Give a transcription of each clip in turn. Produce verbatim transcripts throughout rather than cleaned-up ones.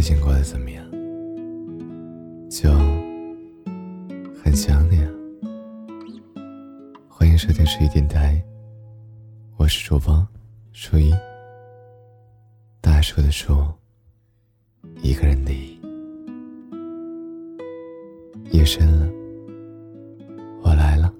最近过得怎么样？就很想你啊。欢迎收听十一电台，我是主播树一，大树的树，一个人的一。夜深了，我来了。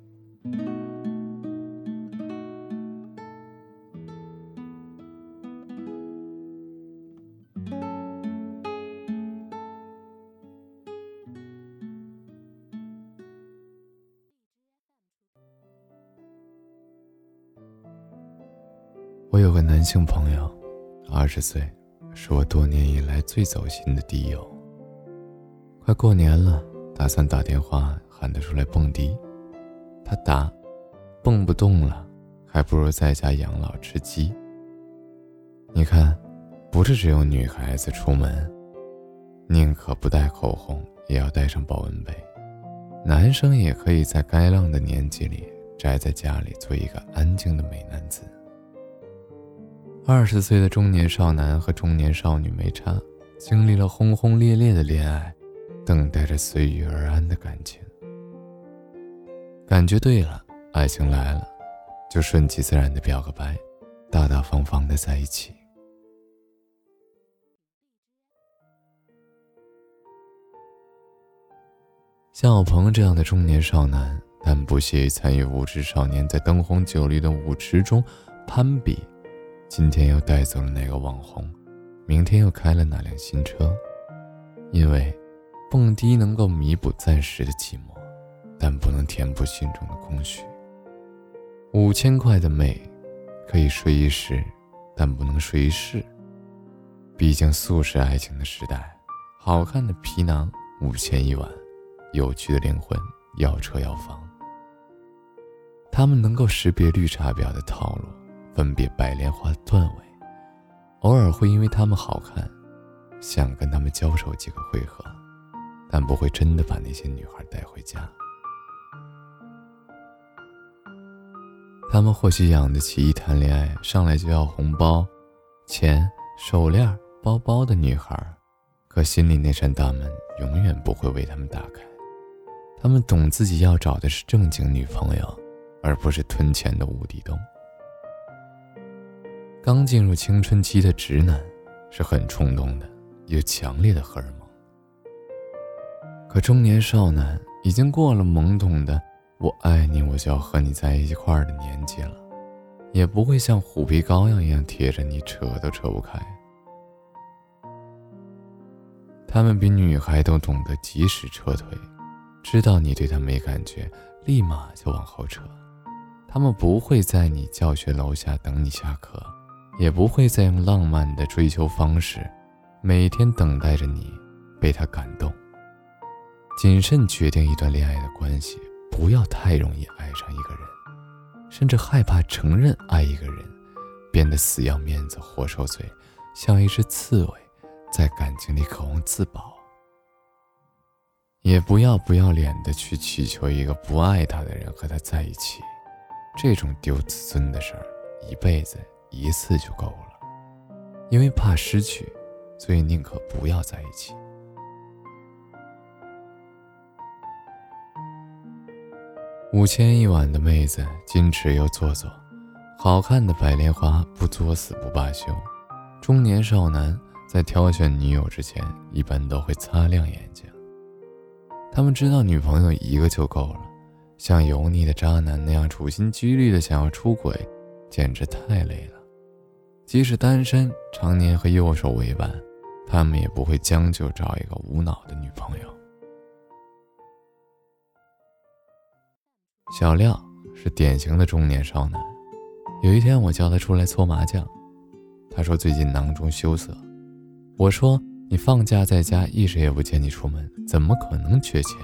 我有个男性朋友，二十岁，是我多年以来最走心的敌友。快过年了，打算打电话喊他出来蹦迪。他答，蹦不动了，还不如在家养老吃鸡。你看，不是只有女孩子出门，宁可不带口红，也要带上保温杯。男生也可以在该浪的年纪里，宅在家里做一个安静的美男子。二十岁的中年少男和中年少女没差，经历了轰轰烈烈的恋爱，等待着随遇而安的感情。感觉对了，爱情来了，就顺其自然的表个白，大大方方的在一起。像我朋友这样的中年少男，但不屑于参与无知少年在灯红酒绿的舞池中攀比，今天又带走了哪个网红，明天又开了哪辆新车。因为蹦迪能够弥补暂时的寂寞，但不能填补心中的空虚。五千块的美可以睡一时，但不能睡一世。毕竟速食爱情的时代，好看的皮囊五千一晚，有趣的灵魂要车要房。他们能够识别绿茶婊的套路，分别白莲花的段位，偶尔会因为他们好看，想跟他们交手几个回合，但不会真的把那些女孩带回家。他们或许养得起一谈恋爱上来就要红包、钱、手链、包包的女孩，可心里那扇大门永远不会为他们打开。他们懂自己要找的是正经女朋友，而不是吞钱的无底洞。刚进入青春期的直男是很冲动的，有强烈的荷尔蒙。可中年少男已经过了懵懂的我爱你我就要和你在一块儿的年纪了，也不会像虎皮膏药一样贴着你，扯都扯不开。他们比女孩都懂得及时撤退，知道你对他没感觉，立马就往后撤。他们不会在你教学楼下等你下课，也不会再用浪漫的追求方式每天等待着你被他感动。谨慎决定一段恋爱的关系，不要太容易爱上一个人，甚至害怕承认爱一个人，变得死要面子活受罪，像一只刺猬在感情里渴望自保。也不要不要脸的去祈求一个不爱他的人和他在一起，这种丢自尊的事儿，一辈子一次就够了。因为怕失去，所以宁可不要在一起。五千一晚的妹子矜持又做作，好看的白莲花不作死不罢休。中年少男在挑选女友之前，一般都会擦亮眼睛。他们知道女朋友一个就够了，像油腻的渣男那样处心积虑的想要出轨，简直太累了。即使单身，常年和右手为伴，他们也不会将就找一个无脑的女朋友。小廖是典型的中年少男，有一天我叫他出来搓麻将，他说最近囊中羞涩。我说你放假在家，一直也不见你出门，怎么可能缺钱？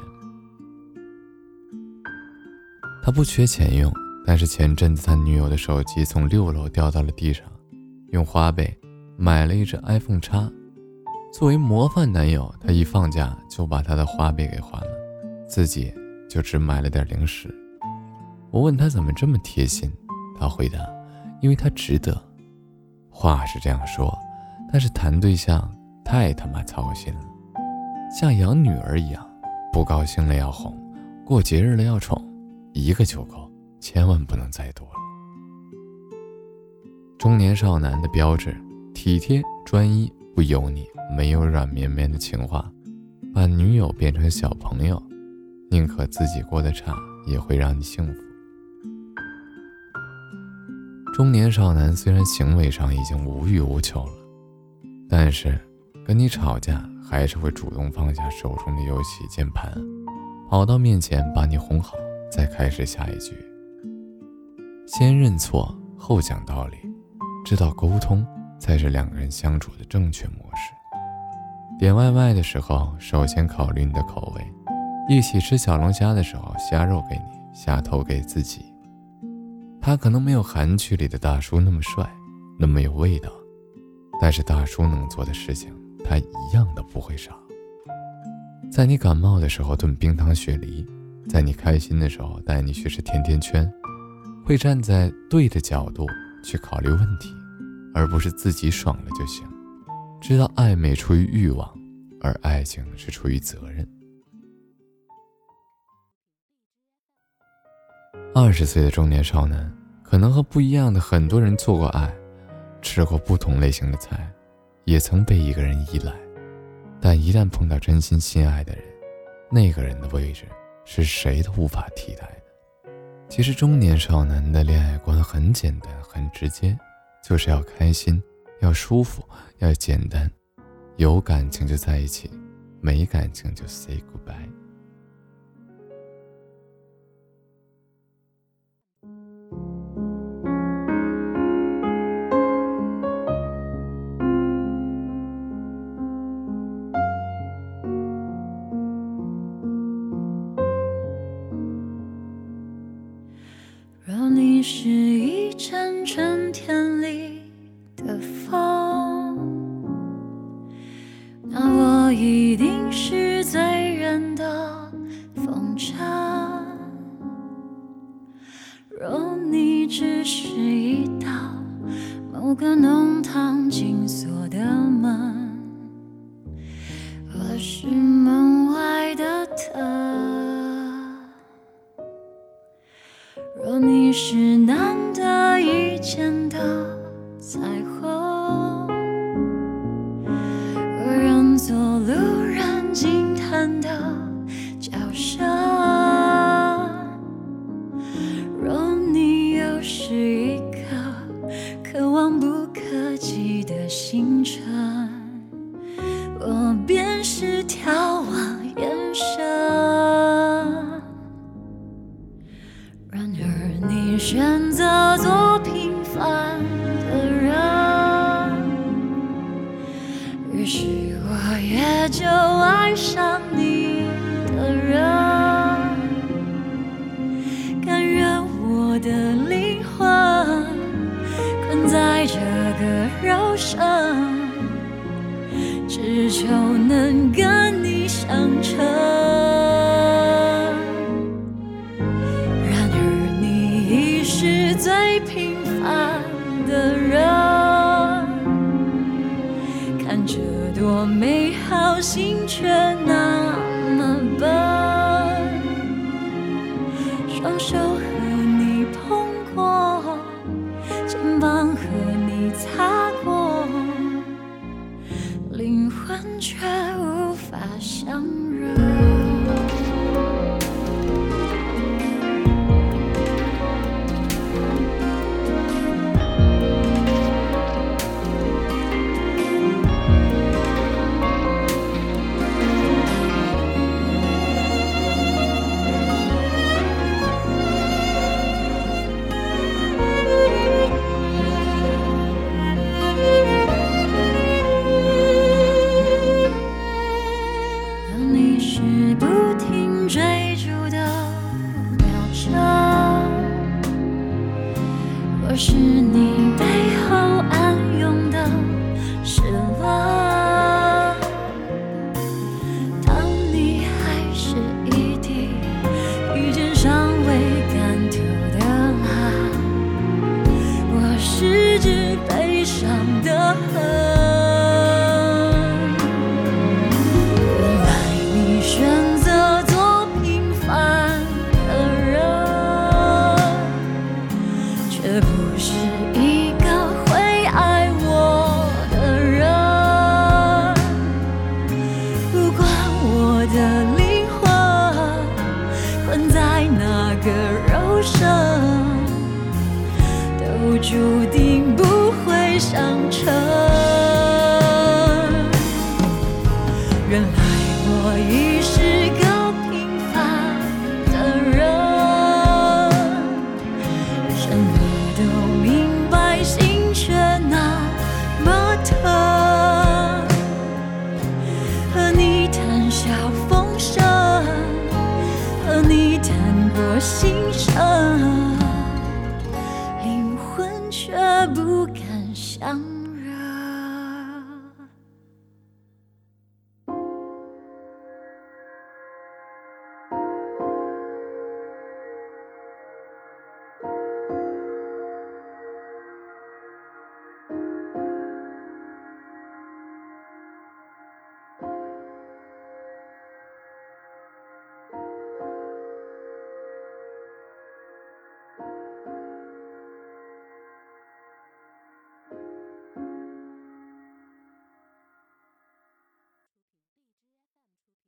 他不缺钱用，但是前阵子他女友的手机从六楼掉到了地上，用花呗买了一只 iPhone X。 作为模范男友，他一放假就把他的花呗给还了，自己就只买了点零食。我问他怎么这么贴心，他回答，因为他值得。话是这样说，但是谈对象太他妈操心了，像养女儿一样，不高兴了要哄，过节日了要宠，一个就够，千万不能再多了。中年少男的标志，体贴专一，不油腻，没有软绵绵的情话，把女友变成小朋友，宁可自己过得差，也会让你幸福。中年少男虽然行为上已经无欲无求了，但是跟你吵架还是会主动放下手中的游戏键盘，跑到面前把你哄好，再开始下一局。先认错后讲道理，知道沟通才是两个人相处的正确模式。点外卖的时候首先考虑你的口味，一起吃小龙虾的时候虾肉给你，虾头给自己。他可能没有韩剧里的大叔那么帅，那么有味道，但是大叔能做的事情他一样都不会少。在你感冒的时候炖冰糖雪梨，在你开心的时候带你去吃甜甜圈，会站在对的角度去考虑问题，而不是自己爽了就行。知道暧昧出于欲望，而爱情是出于责任。二十岁的中年少男可能和不一样的很多人做过爱，吃过不同类型的菜，也曾被一个人依赖，但一旦碰到真心心爱的人，那个人的位置是谁都无法替代的。其实中年少男的恋爱观很简单很直接，就是要开心，要舒服，要简单，有感情就在一起，没感情就 say goodbye。 若你是一阵春天里的风，那我一定是醉人的风筝。若你只是一道某个弄堂紧锁的门，我是门外的灯。若你是难得一见的彩虹，我让做路人惊叹的叫声。若你又是一颗可望不可及的星辰，我便是眺望眼神。然而你选择做平凡的人，于是我也就爱上你的人。甘愿我的灵魂困在这个肉身，只求能跟你相称。是最平凡的人，看着多美好，心却那么笨。双手和你碰过，肩膀和你擦过，灵魂却无法相认。我是你背后暗涌的失落，当你还是一滴遇见尚未干透的浪，我是只悲伤的河。 却不是一个会爱我的人。不管我的灵魂困在哪个肉身，都注定不会相称。原来我已是个平凡的人，什么都明白，心却那么疼。和你谈笑风生，和你谈过心声，灵魂却不敢相